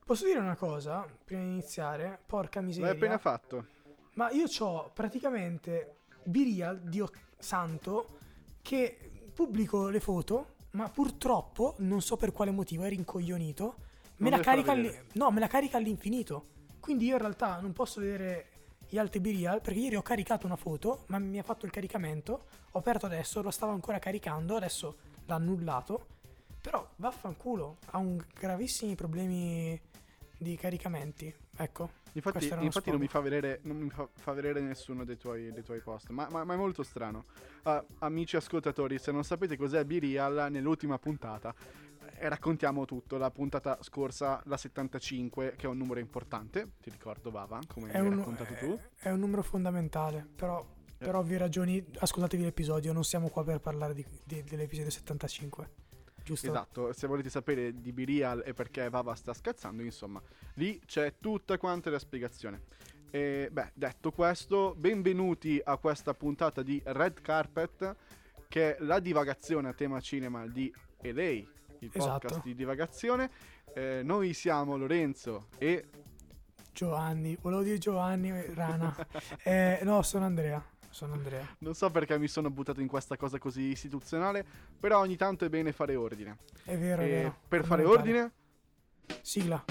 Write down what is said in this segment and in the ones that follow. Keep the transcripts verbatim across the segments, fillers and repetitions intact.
Posso dire una cosa prima di iniziare? Porca miseria. L'hai appena fatto. Ma io c'ho praticamente Birial, Dio santo, che pubblico le foto, ma purtroppo, non so per quale motivo, è rincoglionito. Me Non la le carica farà alli- vedere. no, me la carica all'infinito. Quindi io in realtà non posso vedere gli altri Birial, perché ieri ho caricato una foto, ma mi ha fatto il caricamento. Ho aperto adesso, lo stavo ancora caricando, adesso l'ha annullato. Però vaffanculo, ha un gravissimi problemi di caricamenti. Ecco. Infatti, questo era uno infatti non mi sfogo. fa vedere, non mi fa, fa vedere nessuno dei tuoi, dei tuoi post, ma, ma- ma è molto strano. Ah, amici ascoltatori, se non sapete cos'è BeReal, nell'ultima puntata eh, raccontiamo tutto. La puntata scorsa, la settantacinque, che è un numero importante, ti ricordo Vava, come È hai un, raccontato tu. è, è un numero fondamentale, però per ovvie ragioni ascoltatevi l'episodio, non siamo qua per parlare di, di- dell'episodio settantacinque. Giusto? Esatto, se volete sapere di BeReal e perché Vava sta scazzando, insomma, lì c'è tutta quanta la spiegazione. E beh, detto questo, benvenuti a questa puntata di Red Carpet, che è la divagazione a tema cinema di E Lei, il podcast Esatto. di divagazione. Eh, noi siamo Lorenzo e Giovanni, volevo dire Giovanni Rana. Eh, no, sono Andrea. Sono Andrea. non so perché mi sono buttato in questa cosa così istituzionale, però ogni tanto è bene fare ordine. È vero, è E vero. per fare Fondamentale. ordine, Sigla.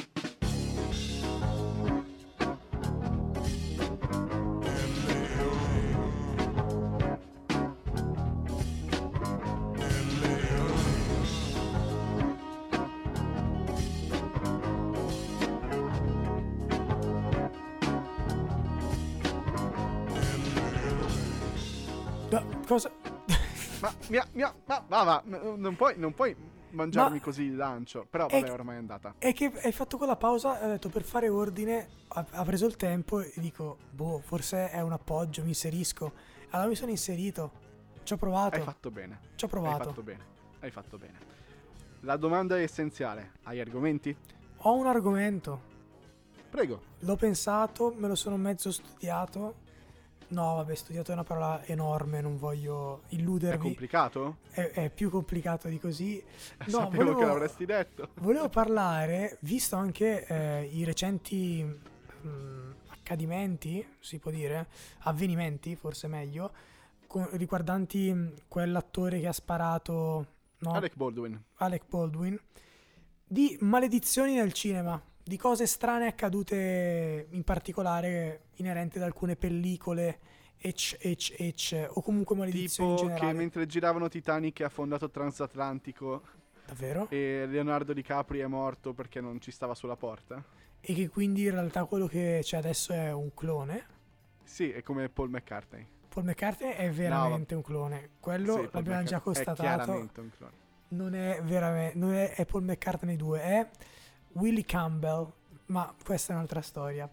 No, cosa? ma, mia, mia, ma Vava, n- non puoi, non puoi mangiarmi Ma- così il lancio, però È- vabbè, ormai è andata. È che hai fatto quella pausa, ho detto per fare ordine, ha, ha preso il tempo e dico, boh, forse è un appoggio, mi inserisco. Allora mi sono inserito, ci ho provato, Hai fatto bene. ci ho Hai provato. fatto bene. Hai fatto bene. La domanda è essenziale. Hai argomenti? Ho un argomento, Prego. l'ho pensato, me lo sono mezzo studiato. No, vabbè, studiato è una parola enorme, non voglio È illudervi. complicato? È, è più complicato di così. No, Sapevo volevo, che l'avresti detto. volevo parlare, visto anche eh, i recenti mh, accadimenti, si può dire, avvenimenti, forse meglio, co- riguardanti mh, quell'attore che ha sparato, no? Alec Baldwin. Alec Baldwin, di maledizioni nel cinema, di cose strane accadute in particolare inerenti ad alcune pellicole ecc, ecc, ecc, o comunque maledizioni Tipo in generale. che mentre giravano Titanic è affondato transatlantico Davvero? e Leonardo DiCaprio è morto perché non ci stava sulla porta. E che quindi in realtà quello che c'è adesso è un clone. Sì, è come Paul McCartney. Paul McCartney è veramente un clone. Quello Sì, Paul l'abbiamo già McCartney constatato. È chiaramente un clone. Non è veramente, non è, è Paul McCartney due, è Willie Campbell, ma questa è un'altra storia.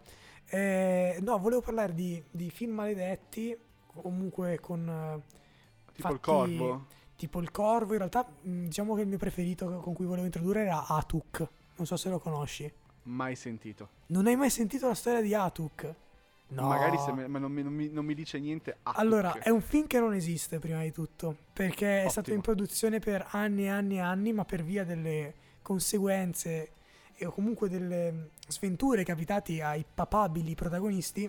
Eh, no, volevo parlare di, di film maledetti, comunque con eh, Tipo il fatti- Corvo. tipo il Corvo. In realtà mh, diciamo che il mio preferito con cui volevo introdurre era Atuk, non so se lo conosci. Mai sentito. Non hai mai sentito la storia di Atuk? No. Magari se me- ma non mi, non mi- non mi dice niente. Atuk. Allora, è un film che non esiste prima di tutto, perché è Ottimo. stato in produzione per anni e anni e anni, ma per via delle conseguenze e o comunque delle sventure capitati ai papabili protagonisti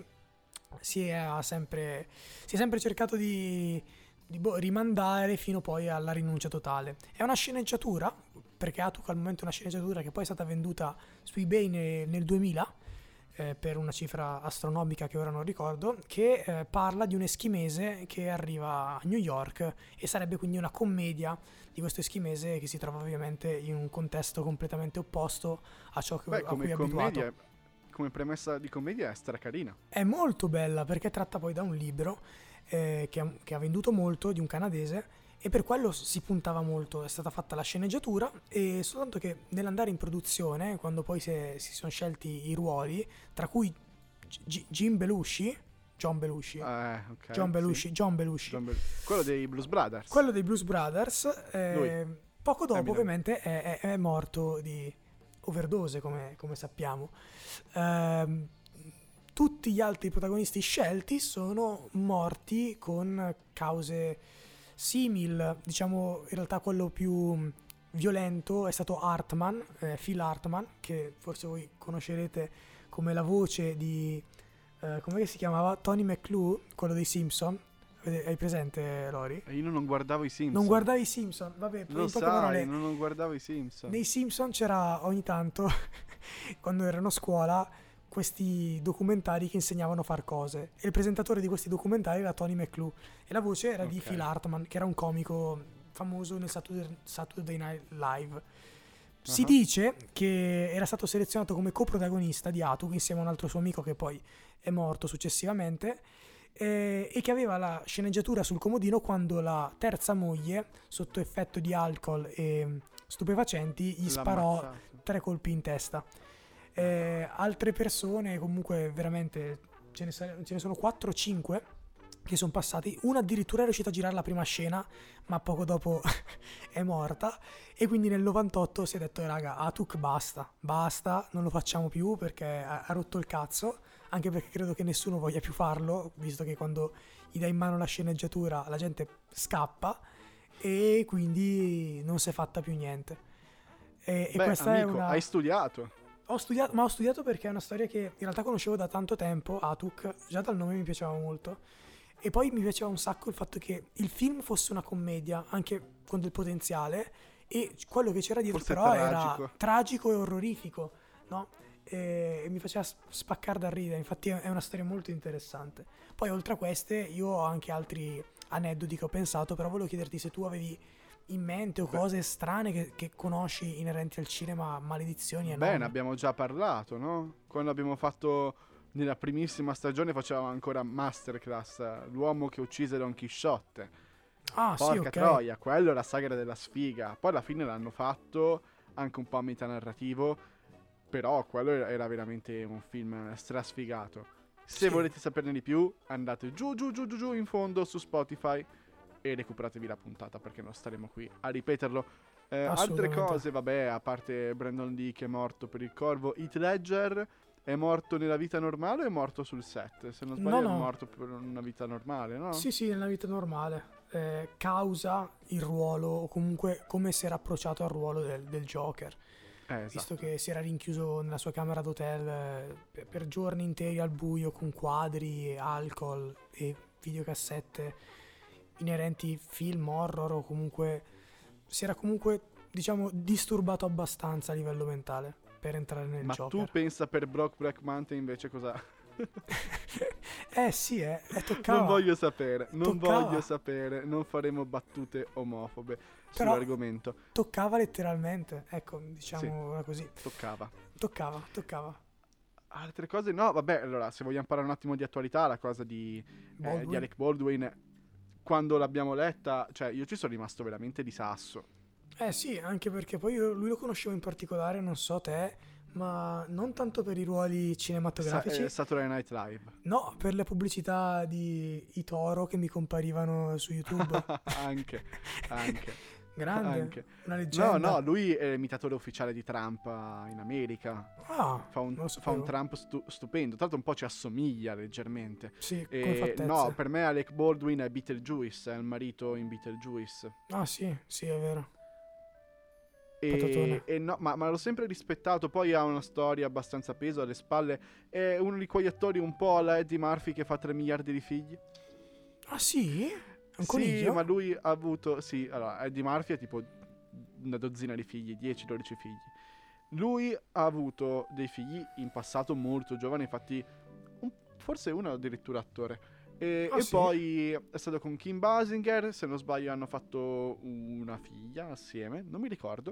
si è sempre, si è sempre cercato di, di boh, rimandare fino poi alla rinuncia totale. È una sceneggiatura, perché Atuk al momento è una sceneggiatura che poi è stata venduta su eBay ne- nel duemila, eh, per una cifra astronomica che ora non ricordo, che eh, parla di un eschimese che arriva a New York e sarebbe quindi una commedia di questo eschimese che si trova ovviamente in un contesto completamente opposto a ciò che, Beh, a cui come è abituato. commedia, come premessa di commedia è stracarina. È molto bella perché tratta poi da un libro eh, che, ha, che ha venduto molto, di un canadese, e per quello si puntava molto. È stata fatta la sceneggiatura, e soltanto che nell'andare in produzione, quando poi si, è- si sono scelti i ruoli, tra cui G- Jim Belushi, John Belushi, Eh, ok. John Belushi, sì. John Belushi, John Bel- Quello dei Blues Brothers. quello dei Blues Brothers, eh, poco dopo Eminem. ovviamente è, è- è morto di overdose, come, come sappiamo. Ehm, tutti gli altri protagonisti scelti sono morti con cause simil, diciamo in realtà quello più violento è stato Hartman, eh, Phil Hartman, che forse voi conoscerete come la voce di, eh, come si chiamava? Tony McClure, quello dei Simpson. Hai presente, Lori? Io non guardavo i Simpson. Non guardavi i Simpson? Vabbè, Lo in poche sai, parole, non guardavo i Simpson. nei Simpson c'era ogni tanto, quando erano a scuola, questi documentari che insegnavano a far cose. E il presentatore di questi documentari era Tony McClure. E la voce era di Ok. Phil Hartman, che era un comico famoso nel Saturday, Saturday Night Live. Si Uh-huh. dice che era stato selezionato come coprotagonista di Atuk insieme a un altro suo amico che poi è morto successivamente, eh, e che aveva la sceneggiatura sul comodino quando la terza moglie, sotto effetto di alcol e stupefacenti, gli L'ha sparò ammazzato. tre colpi in testa. Eh, altre persone, comunque veramente ce ne, sa- ce ne sono quattro o cinque che sono passati. Una addirittura è riuscita a girare la prima scena, ma poco dopo è morta. E quindi nel novantotto si è detto: raga, Atuk basta, basta, non lo facciamo più perché ha, ha rotto il cazzo. Anche perché credo che nessuno voglia più farlo, visto che quando gli dai in mano la sceneggiatura la gente scappa, e quindi non si è fatta più niente. E, e Beh, questa amico, è una... hai studiato. Ho studiato, ma ho studiato perché è una storia che in realtà conoscevo da tanto tempo, Atuk, già dal nome mi piaceva molto. E poi mi piaceva un sacco il fatto che il film fosse una commedia, anche con del potenziale, e quello che c'era dietro Forse però tragico. era tragico e orrorifico, no? E, e mi faceva s- spaccare da ridere, infatti è è una storia molto interessante. Poi oltre a queste io ho anche altri aneddoti che ho pensato, però volevo chiederti se tu avevi in mente o Beh. cose strane che, che conosci inerenti al cinema, maledizioni e Bene, non. abbiamo già parlato, no? Quando abbiamo fatto nella primissima stagione facevamo ancora Masterclass, eh, l'uomo che uccise Don Chisciotte. Ah, sì, Porca ok. troia, quello è la sagra della sfiga. Poi alla fine l'hanno fatto anche un po' a metanarrativo, però quello era, era veramente un film strasfigato. Se Sì. volete saperne di più, andate giù giù giù giù giù in fondo su Spotify e recuperatevi la puntata, perché non staremo qui a ripeterlo. Eh, altre Assolutamente. cose, vabbè, a parte Brandon Lee che è morto per il corvo, Heath Ledger è morto nella vita normale o è morto sul set? Se non sbaglio No, è no. morto per una vita normale, no? Sì, sì, nella vita normale. Eh, causa il ruolo, o comunque come si era approcciato al ruolo del, del Joker. Eh, esatto. Visto che si era rinchiuso nella sua camera d'hotel eh, per, per giorni interi al buio con quadri, alcol e videocassette inerenti film horror, o comunque si era comunque, diciamo, disturbato abbastanza a livello mentale per entrare nel Ma Joker. tu pensa per Brokeback Mountain invece cosa? Eh sì, eh, eh, toccava. Non voglio sapere, non Toccava. voglio sapere, non faremo battute omofobe Però- sull'argomento. Toccava letteralmente, ecco, diciamo così. Toccava. Toccava, toccava. Altre cose? No, vabbè, allora, se vogliamo parlare un attimo di attualità, la cosa di, eh, Baldwin. di Alec Baldwin, quando l'abbiamo letta, cioè io ci sono rimasto veramente di sasso. Eh sì, anche perché poi io lui lo conoscevo in particolare, non so te, ma non tanto per i ruoli Sa- cinematografici, eh, Saturday Night Live. no, per le pubblicità di i Toro che mi comparivano su YouTube. anche, anche. Grande, Anche. una No, leggenda. no, lui è l'imitatore ufficiale di Trump eh, in America. Ah, Fa un, non lo fa un sapevo. Trump stu- stupendo. Tra l'altro un po' ci assomiglia leggermente. Sì, come E, fattezze. no, per me Alec Baldwin è Beetlejuice, è il marito in Beetlejuice. Ah sì, sì, è vero. E, Patatone. e no, ma, ma l'ho sempre rispettato. Poi ha una storia abbastanza peso alle spalle. È uno di quegli attori un po' alla Eddie Murphy che fa tre miliardi di figli. Ah sì? È un Sì, coniglio? ma lui ha avuto. Sì, allora, Eddie Murphy ha tipo una dozzina di figli, dieci dodici figli. Lui ha avuto dei figli in passato molto giovane, infatti, un- forse uno addirittura attore. E, Ah, e sì? poi è stato con Kim Basinger, se non sbaglio hanno fatto una figlia assieme, non mi ricordo.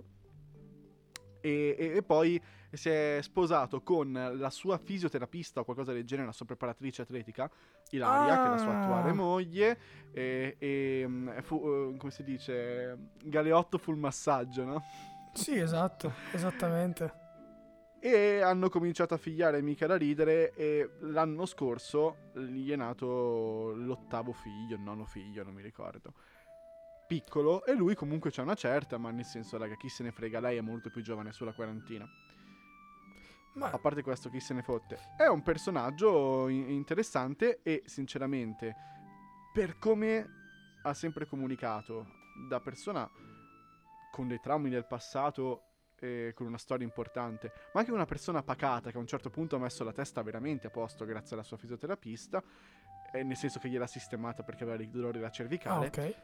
E, e- e poi si è sposato con la sua fisioterapista o qualcosa del genere, la sua preparatrice atletica, Ilaria, che è la sua attuale Ah. moglie. E, e, mm, fu, eh, come si dice, Galeotto fu il massaggio, no? Sì, esatto, esattamente. E hanno cominciato a figliare mica da ridere. E l'anno scorso gli è nato l'ottavo figlio, il nono figlio, non mi ricordo. Piccolo, e lui comunque c'ha una certa, ma nel senso, raga, chi se ne frega, lei è molto più giovane, sulla quarantina. Ma A parte questo, chi se ne fotte. È un personaggio in- interessante e, sinceramente, per come ha sempre comunicato, da persona con dei traumi del passato, eh, con una storia importante, ma anche una persona pacata che a un certo punto ha messo la testa veramente a posto grazie alla sua fisioterapista, eh, nel senso che gliel'ha sistemata perché aveva dei dolori alla cervicale. Ah, ok.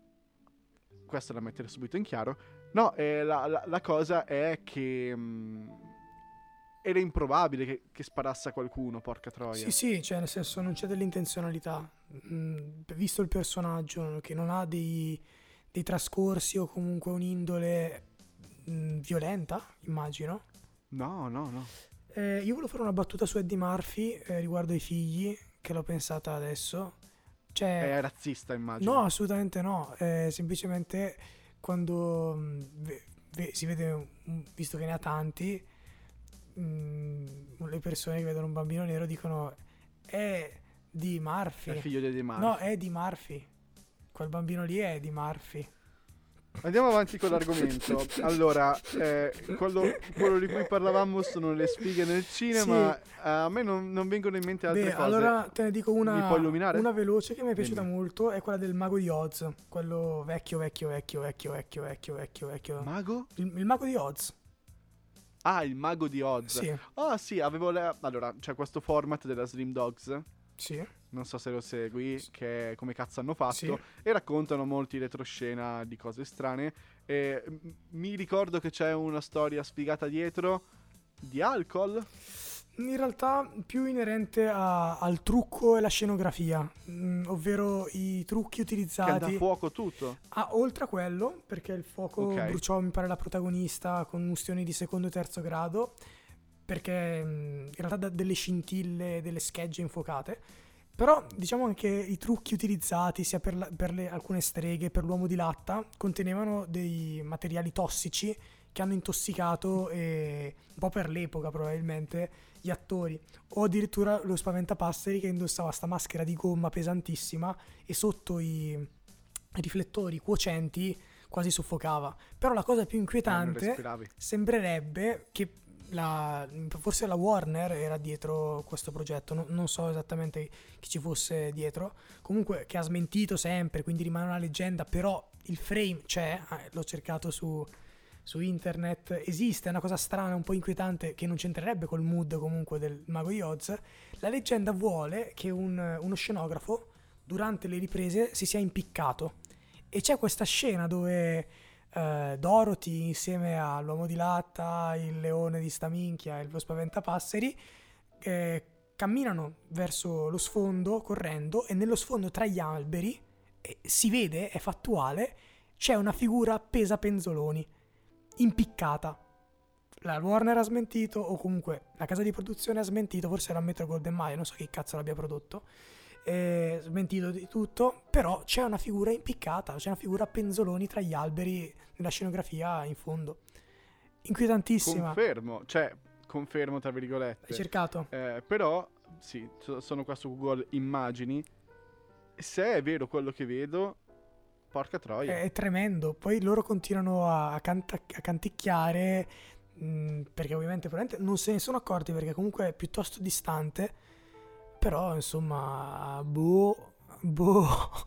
Questo da mettere subito in chiaro. No, eh, la, la, la cosa è che mh, era improbabile che, che sparasse a qualcuno, porca troia. Sì, sì, cioè nel senso non c'è dell'intenzionalità. Mm, visto il personaggio che non ha dei, dei trascorsi o comunque un'indole mm, violenta, immagino. No, no, no. Eh, io volevo fare una battuta su Eddie Murphy eh, riguardo ai figli, che l'ho pensata adesso. Cioè, È razzista, immagino. no, assolutamente no. Eh, semplicemente quando mh, ve- ve- si vede, un- visto che ne ha tanti, mh, le persone che vedono un bambino nero dicono è di Murphy. È il figlio di Eddie Murphy. No, è di Murphy. Quel bambino lì è di Murphy. Andiamo avanti con l'argomento. Allora, eh, quello, quello di cui parlavamo sono le sfighe nel cinema. Sì. Eh, a me non, non vengono in mente altre Beh, cose. allora te ne dico Mi una, puoi illuminare? una veloce che mi è piaciuta Dimmi. molto, è quella del Mago di Oz, quello vecchio, vecchio, vecchio, vecchio, vecchio, vecchio, vecchio, vecchio. Mago? Il, il Mago di Oz. Ah, il mago di Oz. Sì, Ah, sì, avevo le... Allora, c'è questo format della Slim Dogs. sì, Non so se lo segui, che come cazzo hanno fatto. sì. E raccontano molti retroscena di cose strane. E m- mi ricordo che c'è una storia sfigata dietro di alcol. In realtà più inerente a- al trucco e la scenografia, mm, ovvero i trucchi Che anda a utilizzati. fuoco tutto. Ah, oltre a quello, perché il fuoco Ok. bruciò, mi pare, la protagonista con ustioni di secondo e terzo grado, perché mm, in realtà da delle scintille, delle schegge infuocate. Però diciamo anche i trucchi utilizzati sia per, la- per le- alcune streghe, per l'uomo di latta, contenevano dei materiali tossici che hanno intossicato, e, un po' per l'epoca probabilmente, gli attori. O addirittura lo Spaventapasseri che indossava sta maschera di gomma pesantissima e sotto i riflettori quocenti quasi soffocava. Però la cosa più Eh, non inquietante respiravi. sembrerebbe che la, forse la Warner era dietro questo progetto, no- non so esattamente chi ci fosse dietro, comunque che ha smentito sempre, quindi rimane una leggenda, però il frame c'è, eh, l'ho cercato su, su internet, esiste, è una cosa strana, un po' inquietante, che non c'entrerebbe col mood comunque del Mago di Oz. La leggenda vuole che un- uno scenografo durante le riprese si sia impiccato, e c'è questa scena dove eh, Dorothy insieme all'uomo di latta, il leone di sta minchia e lo spaventapasseri eh, camminano verso lo sfondo correndo, e nello sfondo tra gli alberi eh, si vede, è fattuale, c'è una figura appesa a penzoloni, impiccata. La Warner ha smentito, o comunque la casa di produzione ha smentito, forse era Metro Golden Mayer, non so chi cazzo l'abbia prodotto, eh, smentito di tutto, però c'è una figura impiccata, c'è una figura a penzoloni tra gli alberi nella scenografia in fondo. Inquietantissima. Confermo, cioè, confermo tra Hai virgolette. cercato? Eh, però, sì, so- sono qua su Google Immagini. Se è vero quello che vedo, porca troia. È, è tremendo. Poi loro continuano a, a canta- a canticchiare, mh, perché ovviamente probabilmente non se ne sono accorti, perché comunque è piuttosto distante. Però insomma, boh, boh.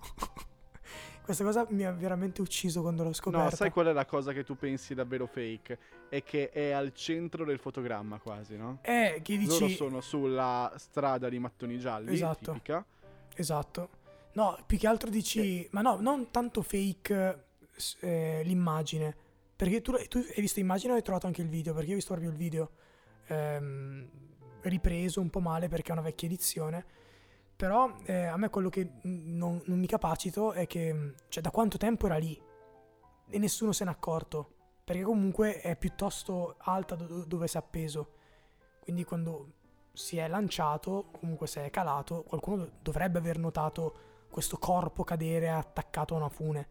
Questa cosa mi ha veramente ucciso quando l'ho scoperta. No, sai qual è la cosa che tu pensi davvero fake? È che è al centro del fotogramma quasi, no? Eh, che dici... Loro sono sulla strada di mattoni gialli, Esatto. tipica. Esatto. No, più che altro dici... Ma no, non tanto fake eh, l'immagine. Perché tu, tu hai visto l'immagine o hai trovato anche il video? Perché io ho visto proprio il video ehm, ripreso un po' male perché è una vecchia edizione. Però eh, a me quello che non, non mi capacito è che... Cioè, da quanto tempo era lì? E nessuno se n'è accorto. Perché comunque è piuttosto alta do- dove si è appeso. Quindi quando si è lanciato, comunque se è calato, qualcuno do- dovrebbe aver notato questo corpo cadere attaccato a una fune.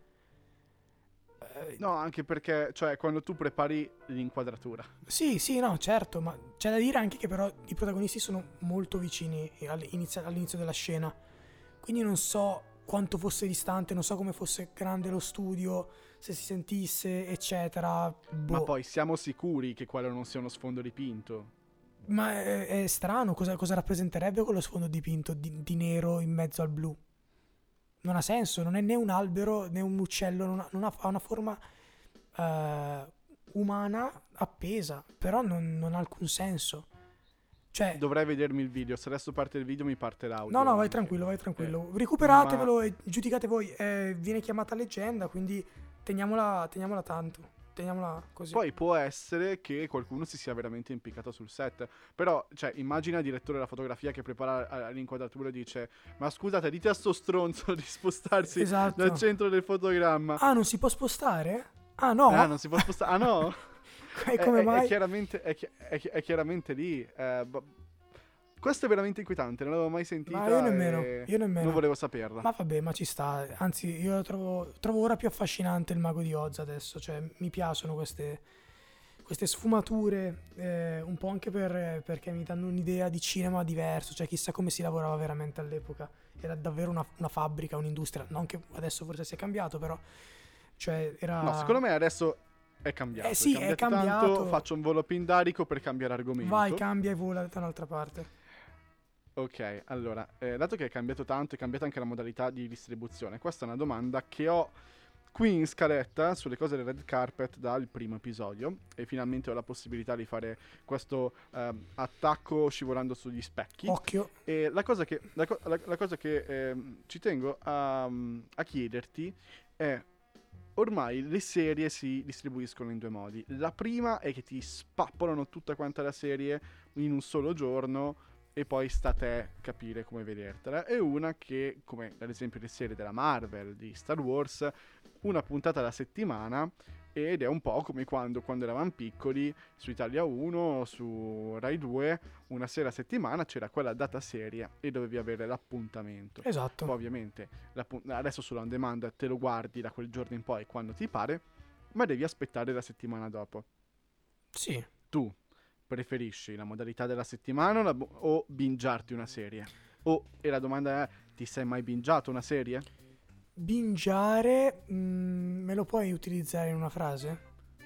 Eh, No, anche perché, cioè, quando tu prepari l'inquadratura. sì, sì, no, certo, ma c'è da dire anche che però i protagonisti sono molto vicini all'inizio, all'inizio della scena. Quindi non so quanto fosse distante, non so come fosse grande lo studio, se si sentisse, eccetera. Boh. Ma poi siamo sicuri che quello non sia uno sfondo dipinto? Ma è, è strano, cosa, cosa rappresenterebbe quello sfondo dipinto di, di nero in mezzo al blu? Non ha senso, non è né un albero né un uccello, non ha, non ha, ha una forma eh, umana appesa, però non, non ha alcun senso. Cioè, Dovrei vedermi il video, se adesso parte il video mi parte l'audio. no, no, vai anche. tranquillo, vai tranquillo. Eh, Recuperatevelo ma- e giudicate voi. Eh, viene chiamata leggenda, quindi teniamola, teniamola tanto. Teniamola così. Poi può essere che qualcuno si sia veramente impiccato sul set. Però, cioè, immagina il direttore della fotografia che prepara a- l'inquadratura e dice: ma scusate, dite a sto stronzo di spostarsi Esatto. dal centro del fotogramma. Ah, non si può spostare? Ah, no? Ah, non si può spostare. Ah, no? E È- come è, mai? È chiaramente, è, chi- è chi- è chiaramente lì. Eh, bo- questo è veramente inquietante, non l'avevo mai sentita. Ma io nemmeno, e io nemmeno. Non volevo saperla. Ma vabbè, ma ci sta. Anzi, io trovo, trovo ora più affascinante il Mago di Oz adesso. Cioè, mi piacciono queste, queste sfumature, eh, un po' anche per, perché mi danno un'idea di cinema diverso. Cioè, chissà come si lavorava veramente all'epoca. Era davvero una, una fabbrica, un'industria. Non che adesso forse sia cambiato, però. Cioè, era. No, secondo me adesso è cambiato. Eh sì, è cambiato cambiato. Tanto, faccio un volo pindarico per cambiare argomento. Vai, cambia e vola da un'altra parte. Ok, allora, eh, dato che è cambiato tanto, è cambiata anche la modalità di distribuzione. Questa è una domanda che ho qui in scaletta sulle cose del red carpet dal primo episodio e finalmente ho la possibilità di fare questo ehm, attacco scivolando sugli specchi. Occhio. E la cosa che, la co- la- la cosa che ehm, ci tengo a, a chiederti è: ormai le serie si distribuiscono in due modi. La prima è che ti spappolano tutta quanta la serie in un solo giorno e poi sta a te capire come vedertela. E una che, come ad esempio le serie della Marvel, di Star Wars, una puntata alla settimana, ed è un po' come quando, quando eravamo piccoli, su Italia uno, su Rai due, una sera a settimana c'era quella data serie e dovevi avere l'appuntamento. Esatto. Poi ovviamente l'appu- adesso sulla on demand te lo guardi da quel giorno in poi quando ti pare, ma devi aspettare la settimana dopo. Sì. Tu preferisci la modalità della settimana o, la bo- o bingiarti una serie? O, e la domanda è: ti sei mai bingiato una serie? Bingiare, mm, me lo puoi utilizzare in una frase?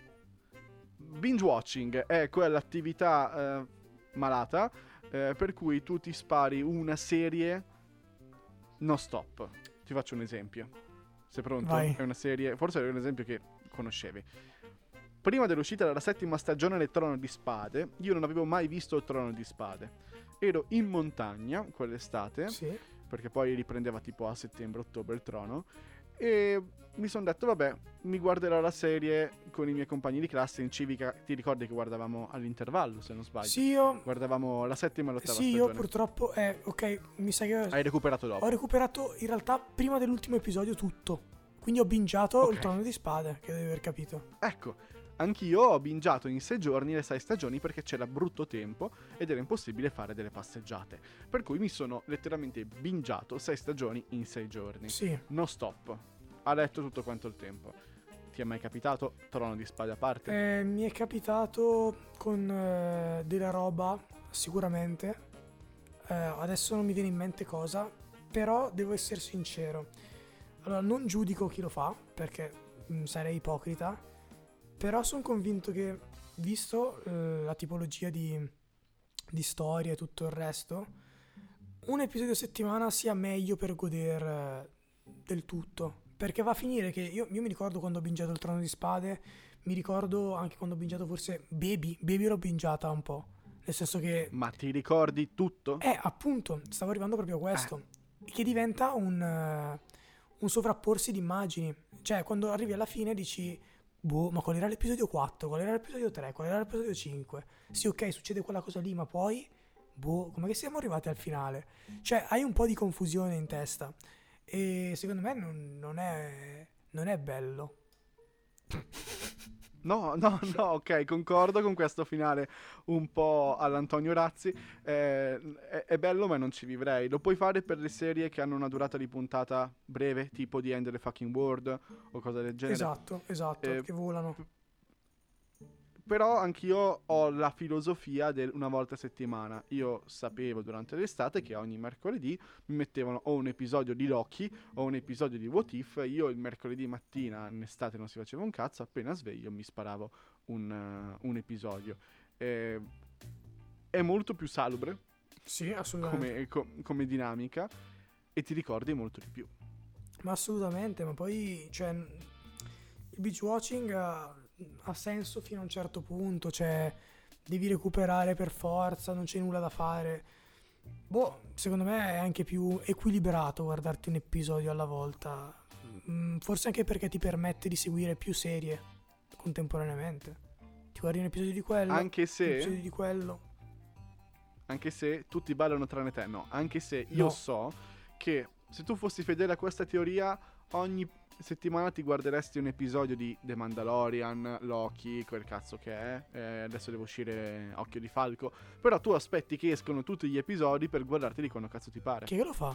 Binge watching è quell'attività eh, malata eh, per cui tu ti spari una serie non stop. Ti faccio un esempio. Sei pronto? Vai. È una serie, forse è un esempio che conoscevi. Prima dell'uscita della settima stagione del Trono di Spade, io non avevo mai visto il Trono di Spade. Ero in montagna quell'estate, Sì. perché poi riprendeva tipo a settembre-ottobre il Trono, e mi sono detto vabbè, mi guarderò la serie con i miei compagni di classe in civica. Ti ricordi che guardavamo all'intervallo, se non sbaglio? Sì, io... Guardavamo la settima e l'ottava Sì, stagione. io purtroppo... Eh, ok, mi sa che... Hai recuperato dopo. Ho recuperato in realtà prima dell'ultimo episodio tutto. Quindi ho bingiato Ok. il Trono di Spade, che devi aver capito. Ecco, anch'io ho bingiato in sei giorni le sei stagioni perché c'era brutto tempo ed era impossibile fare delle passeggiate. Per cui mi sono letteralmente bingiato sei stagioni in sei giorni. Sì. No stop. A letto tutto quanto il tempo. Ti è mai capitato Trono di Spade a parte? Eh, mi è capitato con eh, della roba, sicuramente. Eh, adesso non mi viene in mente cosa, però devo essere sincero. Allora, non giudico chi lo fa, perché mh, sarei ipocrita, però sono convinto che, visto eh, la tipologia di, di storia e tutto il resto, un episodio a settimana sia meglio per goder eh, del tutto. Perché va a finire che io, io mi ricordo quando ho bingiato il Trono di Spade, mi ricordo anche quando ho bingiato forse Baby, Baby l'ho bingiata un po', nel senso che, Ma ti ricordi tutto? eh appunto, stavo arrivando proprio a questo, che diventa un, eh, un sovrapporsi di immagini, cioè quando arrivi alla fine dici, boh, ma qual era l'episodio quattro, qual era l'episodio tre, qual era l'episodio cinque, sì ok, succede quella cosa lì, ma poi, boh, come che siamo arrivati al finale, cioè hai un po' di confusione in testa. E secondo me non, non è non è bello. No, no, no, ok, concordo con questo finale un po' all'Antonio Razzi. Eh, è, è bello, ma non ci vivrei. Lo puoi fare per le serie che hanno una durata di puntata breve, tipo The End of the Fucking World o cose del genere. Esatto, esatto, Eh, che volano. Però anch'io ho la filosofia del una volta a settimana. Io sapevo durante l'estate che ogni mercoledì mi mettevano o un episodio di Loki o un episodio di What If. Io il mercoledì mattina, in estate non si faceva un cazzo, appena sveglio mi sparavo un, uh, un episodio. Eh, è molto più salubre Sì, assolutamente. come, co- come dinamica e ti ricordi molto di più. Ma assolutamente, ma poi cioè il beach watching uh, ha senso fino a un certo punto, cioè devi recuperare per forza, non c'è nulla da fare. Boh, secondo me è anche più equilibrato guardarti un episodio alla volta. Mm, forse anche perché ti permette di seguire più serie contemporaneamente. Ti guardi un episodio di quello, Anche un se episodio di quello. Anche se tutti ballano tranne te, no. Anche se io No. so che se tu fossi fedele a questa teoria, ogni settimana ti guarderesti un episodio di The Mandalorian, Loki, quel cazzo che è. Eh, adesso deve uscire Occhio di Falco. Però tu aspetti che escono tutti gli episodi per guardarteli quando cazzo ti pare. Chi è che lo fa?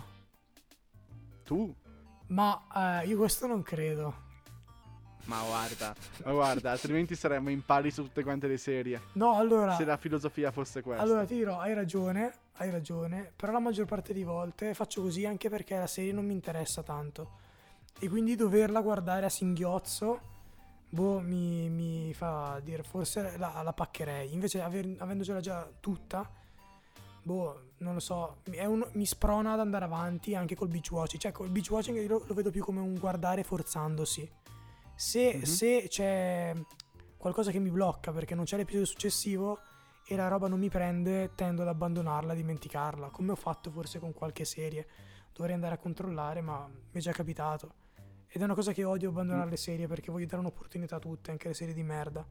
Tu? Ma eh, io questo non credo. Ma guarda, ma guarda, altrimenti saremmo in pari su tutte quante le serie. No, allora... Se la filosofia fosse questa. Allora ti dirò, hai ragione, hai ragione, però la maggior parte di volte faccio così anche perché la serie non mi interessa tanto e quindi doverla guardare a singhiozzo, boh, mi, mi fa dire forse la, la paccherei, invece aver, avendocela già tutta, boh, non lo so, è un, mi sprona ad andare avanti anche col binge watching, cioè col binge watching io lo, lo vedo più come un guardare forzandosi. Se, Mhm. se c'è qualcosa che mi blocca perché non c'è l'episodio successivo e la roba non mi prende, tendo ad abbandonarla, a dimenticarla, come ho fatto forse con qualche serie. Dovrei andare a controllare, ma mi è già capitato. Ed è una cosa che odio, abbandonare Mm. le serie, perché voglio dare un'opportunità a tutte, anche le serie di merda.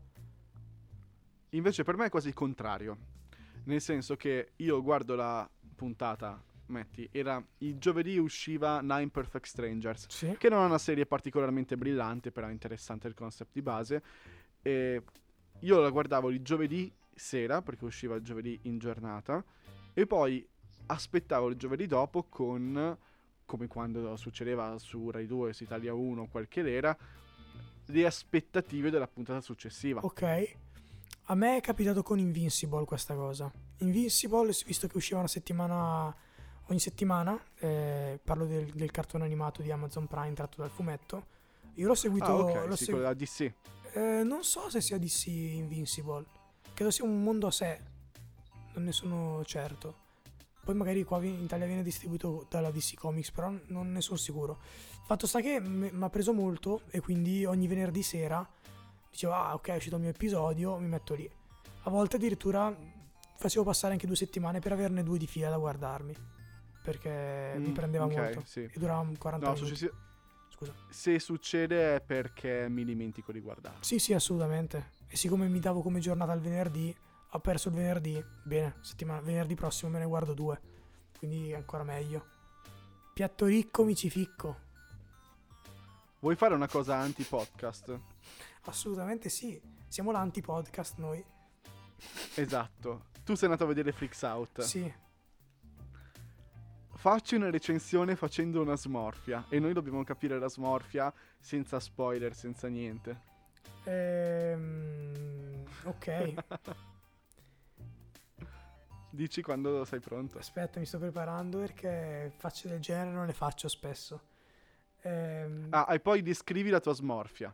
Invece per me è quasi il contrario. Nel senso che io guardo la puntata, metti, era il giovedì usciva Nine Perfect Strangers, Sì. che non è una serie particolarmente brillante, però è interessante il concept di base. E io la guardavo il giovedì sera, perché usciva il giovedì in giornata, e poi aspettavo il giovedì dopo con, come quando succedeva su Rai due, su Italia uno, quel che era, le aspettative della puntata successiva. Ok. A me è capitato con Invincible questa cosa. Invincible, visto che usciva una settimana, ogni settimana, eh, parlo del, del cartone animato di Amazon Prime tratto dal fumetto, io l'ho seguito... Ah, ok, l'ho sì, segu- quello della D C. eh, non so se sia D C Invincible, credo sia un mondo a sé, non ne sono certo. Poi magari qua in Italia viene distribuito dalla D C Comics, però non ne sono sicuro. Fatto sta che mi ha preso molto e quindi ogni venerdì sera dicevo ah ok è uscito il mio episodio, mi metto lì. A volte addirittura facevo passare anche due settimane per averne due di fila da guardarmi, perché mi Mm, prendeva ok, molto sì. e durava quaranta No, minuti. successi- Scusa. se succede è perché mi dimentico di guardare. Sì sì assolutamente. E siccome mi davo come giornata il venerdì, ho perso il venerdì, bene, settimana, venerdì prossimo me ne guardo due, quindi ancora meglio. Piatto ricco mi ci ficco. Vuoi fare una cosa anti-podcast? Assolutamente sì, siamo l'anti-podcast noi. Esatto. Tu sei andato a vedere Freaks Out. Sì, Facci una recensione facendo una smorfia. E noi dobbiamo capire la smorfia senza spoiler, senza niente. ehm, ok, Dici quando sei pronto. aspetta mi sto preparando perché facce del genere non le faccio spesso. Ehm, Ah, e poi descrivi la tua smorfia.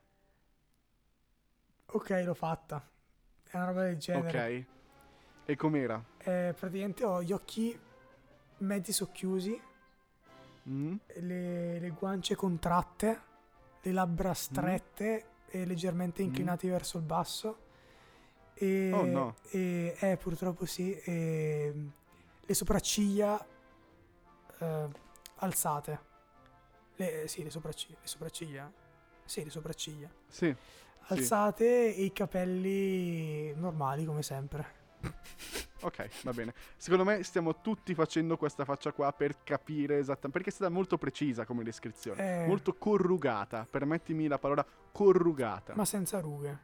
Ok, l'ho fatta, è una roba del genere. Ok. E com'era? Eh, praticamente ho gli occhi mezzi socchiusi, Mm? le, le guance contratte, le labbra strette e leggermente inclinate verso il basso. E, Oh, no. e eh, purtroppo sì. E le sopracciglia eh, alzate. Le, sì, le sopracciglia. Le sopracciglia? Sì, le sopracciglia. Sì. Alzate e i capelli normali come sempre. Ok, va bene. Secondo me stiamo tutti facendo questa faccia qua per capire esattamente. Perché è stata molto precisa come descrizione. Eh, Molto corrugata. Permettimi la parola corrugata. ma senza rughe.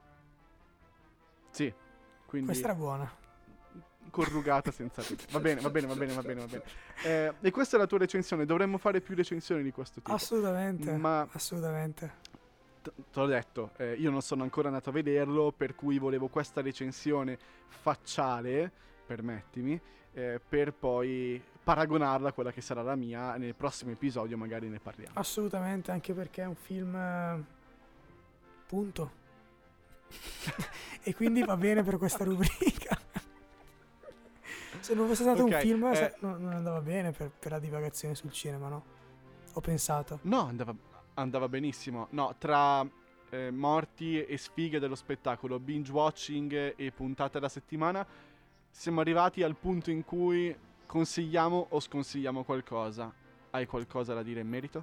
Sì. Quindi Questa era buona. corrugata senza rughe. Va bene, va bene, va bene, va bene, va bene. Eh, e questa è la tua recensione. Dovremmo fare più recensioni di questo tipo. Assolutamente. Ma Assolutamente. T- te l'ho detto, eh, io non sono ancora andato a vederlo, per cui volevo questa recensione facciale, permettimi, eh, per poi paragonarla a quella che sarà la mia. Nel prossimo episodio magari ne parliamo. Assolutamente, anche perché è un film eh, punto. E quindi va bene per questa rubrica. Se non fosse stato Ok, un film eh, se- no- non andava bene per, per la divagazione sul cinema, no? Ho pensato. No, andava, andava benissimo. No, tra eh, morti e sfighe dello spettacolo, binge watching e puntate alla settimana, siamo arrivati al punto in cui consigliamo o sconsigliamo qualcosa. Hai qualcosa da dire in merito?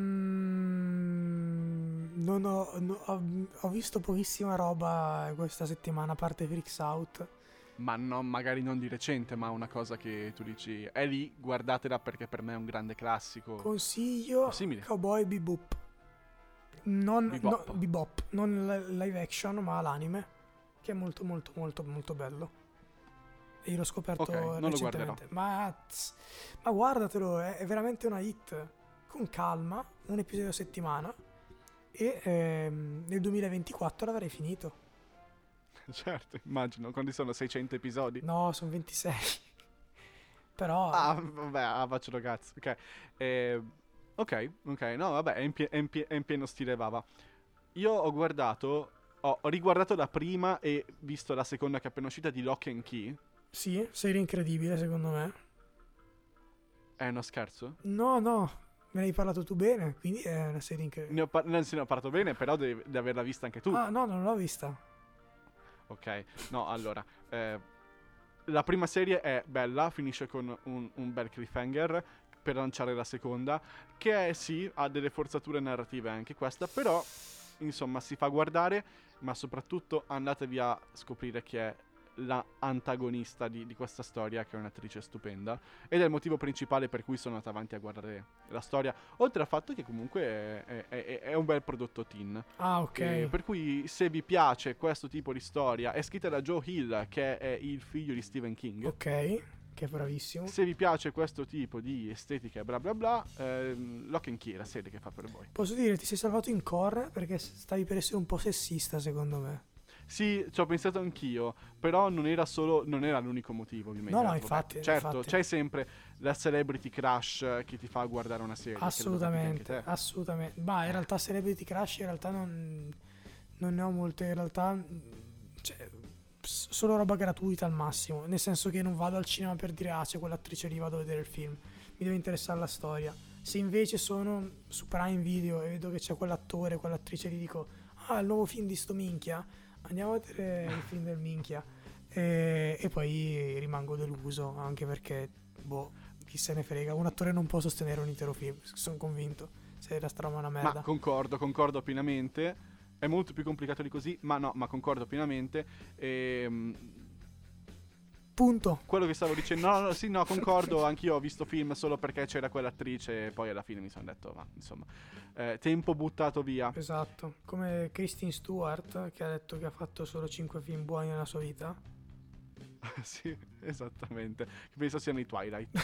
Mm, non ho, no, ho, ho visto pochissima roba questa settimana, a parte Freaks Out. Ma no, magari non di recente, ma una cosa che tu dici è lì, guardatela perché per me è un grande classico. Consiglio simile. Cowboy Bebop. Non Bebop. No, Bebop, non l- live action, ma l'anime, che è molto molto molto molto bello. E io l'ho scoperto Ok, non lo recentemente. Ma, tss, ma guardatelo, è, è veramente una hit. Con calma, un episodio a settimana. E ehm, nel duemilaventiquattro l'avrei finito. Certo, immagino, quando sono seicento episodi. No, sono ventisei. Però... Ah, vabbè, ah, faccio cazzo. Ok, eh, ok, ok, no, vabbè, è in, pie- è in pie- è in pieno stile Vava. Io ho guardato, ho, ho riguardato la prima e visto la seconda che è appena uscita di Lock and Key. Sì, serie incredibile secondo me. È uno scherzo? No, no, me ne hai parlato tu bene, quindi è una serie incredibile. Ne ho, par- non se ne ho parlato bene, però devi, devi averla vista anche tu. Ah, no, non l'ho vista. Ok, no, allora, eh, la prima serie è bella, finisce con un, un bel cliffhanger per lanciare la seconda, che è, sì, ha delle forzature narrative anche questa, però, insomma, si fa guardare, ma soprattutto andatevi a scoprire chi è la antagonista di, di questa storia, che è un'attrice stupenda, ed è il motivo principale per cui sono andato avanti a guardare la storia, oltre al fatto che comunque è, è, è, è un bel prodotto teen. Ah, ok. Eh, per cui se vi piace questo tipo di storia, è scritta da Joe Hill, che è il figlio di Stephen King. Ok, che è bravissimo. Se vi piace questo tipo di estetica e bla bla bla, ehm, Lock and Key è la serie che fa per voi. Posso dire, ti sei salvato in core perché stavi per essere un po' sessista secondo me. Sì, ci ho pensato anch'io, però non era solo, non era l'unico motivo, ovviamente. No, no, Vabbè, infatti, certo, infatti. c'è sempre la celebrity crush che ti fa guardare una serie. Assolutamente, Che lo capite anche te. assolutamente. Ma in realtà Celebrity Crush in realtà non, non ne ho molte, in realtà cioè, s- solo roba gratuita al massimo, nel senso che non vado al cinema per dire ah c'è quell'attrice lì, vado a vedere il film, mi deve interessare la storia. Se invece sono su Prime Video e vedo che c'è quell'attore, quell'attrice lì, dico ah il nuovo film di sto minchia, andiamo a vedere il film del minchia, e, e poi rimango deluso anche perché boh, chi se ne frega, un attore non può sostenere un intero film, sono convinto, se la strama è una merda. Ma concordo, concordo pienamente. È molto più complicato di così, ma no, ma concordo pienamente. Ehm, Punto. quello che stavo dicendo, no, no, sì, no, concordo. Anch'io ho visto film solo perché c'era quell'attrice e poi alla fine mi sono detto, ma insomma, eh, tempo buttato via. Esatto, come Kristen Stewart che ha detto che ha fatto solo cinque film buoni nella sua vita. Sì, esattamente. Penso siano i Twilight.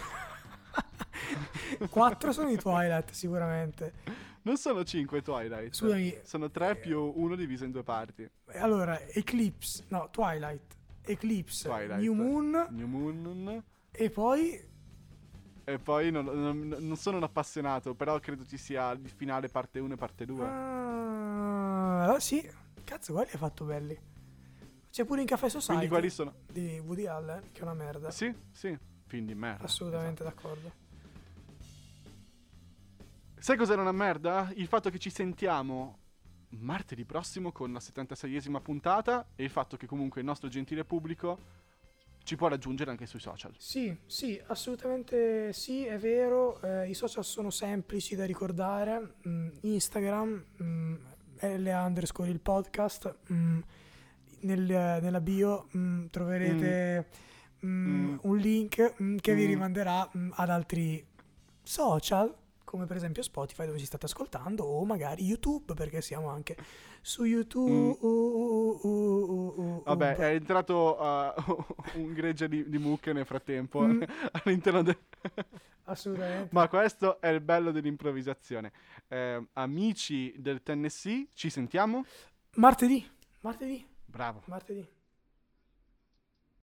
Quattro sono i Twilight sicuramente. Non sono cinque Twilight. Scusami. Sono tre più uno diviso in due parti. Allora, Eclipse, no, Twilight, Eclipse, Twilight. New Moon New Moon. e poi... E poi non, non- non sono un appassionato, però credo ci sia il finale parte uno e parte due. Ah, allora sì, cazzo, quelli hai fatto belli. C'è pure in Café Society Quindi quali sono? di Woody Allen, che è una merda. Sì, sì, film di merda. Assolutamente Esatto. d'accordo. Sai cos'era una merda? Il fatto che ci sentiamo martedì prossimo con la settantaseiesima puntata e il fatto che comunque il nostro gentile pubblico ci può raggiungere anche sui social. Sì, sì, assolutamente sì, è vero. Eh, i social sono semplici da ricordare. Mm, Instagram, mm, L underscore il podcast. Mm, nel- nella bio mm, troverete mm, Mm. un link mm, che vi Mm. rimanderà mm, ad altri social, come per esempio Spotify dove ci state ascoltando, o magari YouTube, perché siamo anche su YouTube. Vabbè, è entrato uh, un gregge di, di mucche nel frattempo Mm. all'interno del... Assolutamente. Ma questo è il bello dell'improvvisazione. Eh, amici del Tennessee, ci sentiamo? Martedì, martedì, Bravo. martedì.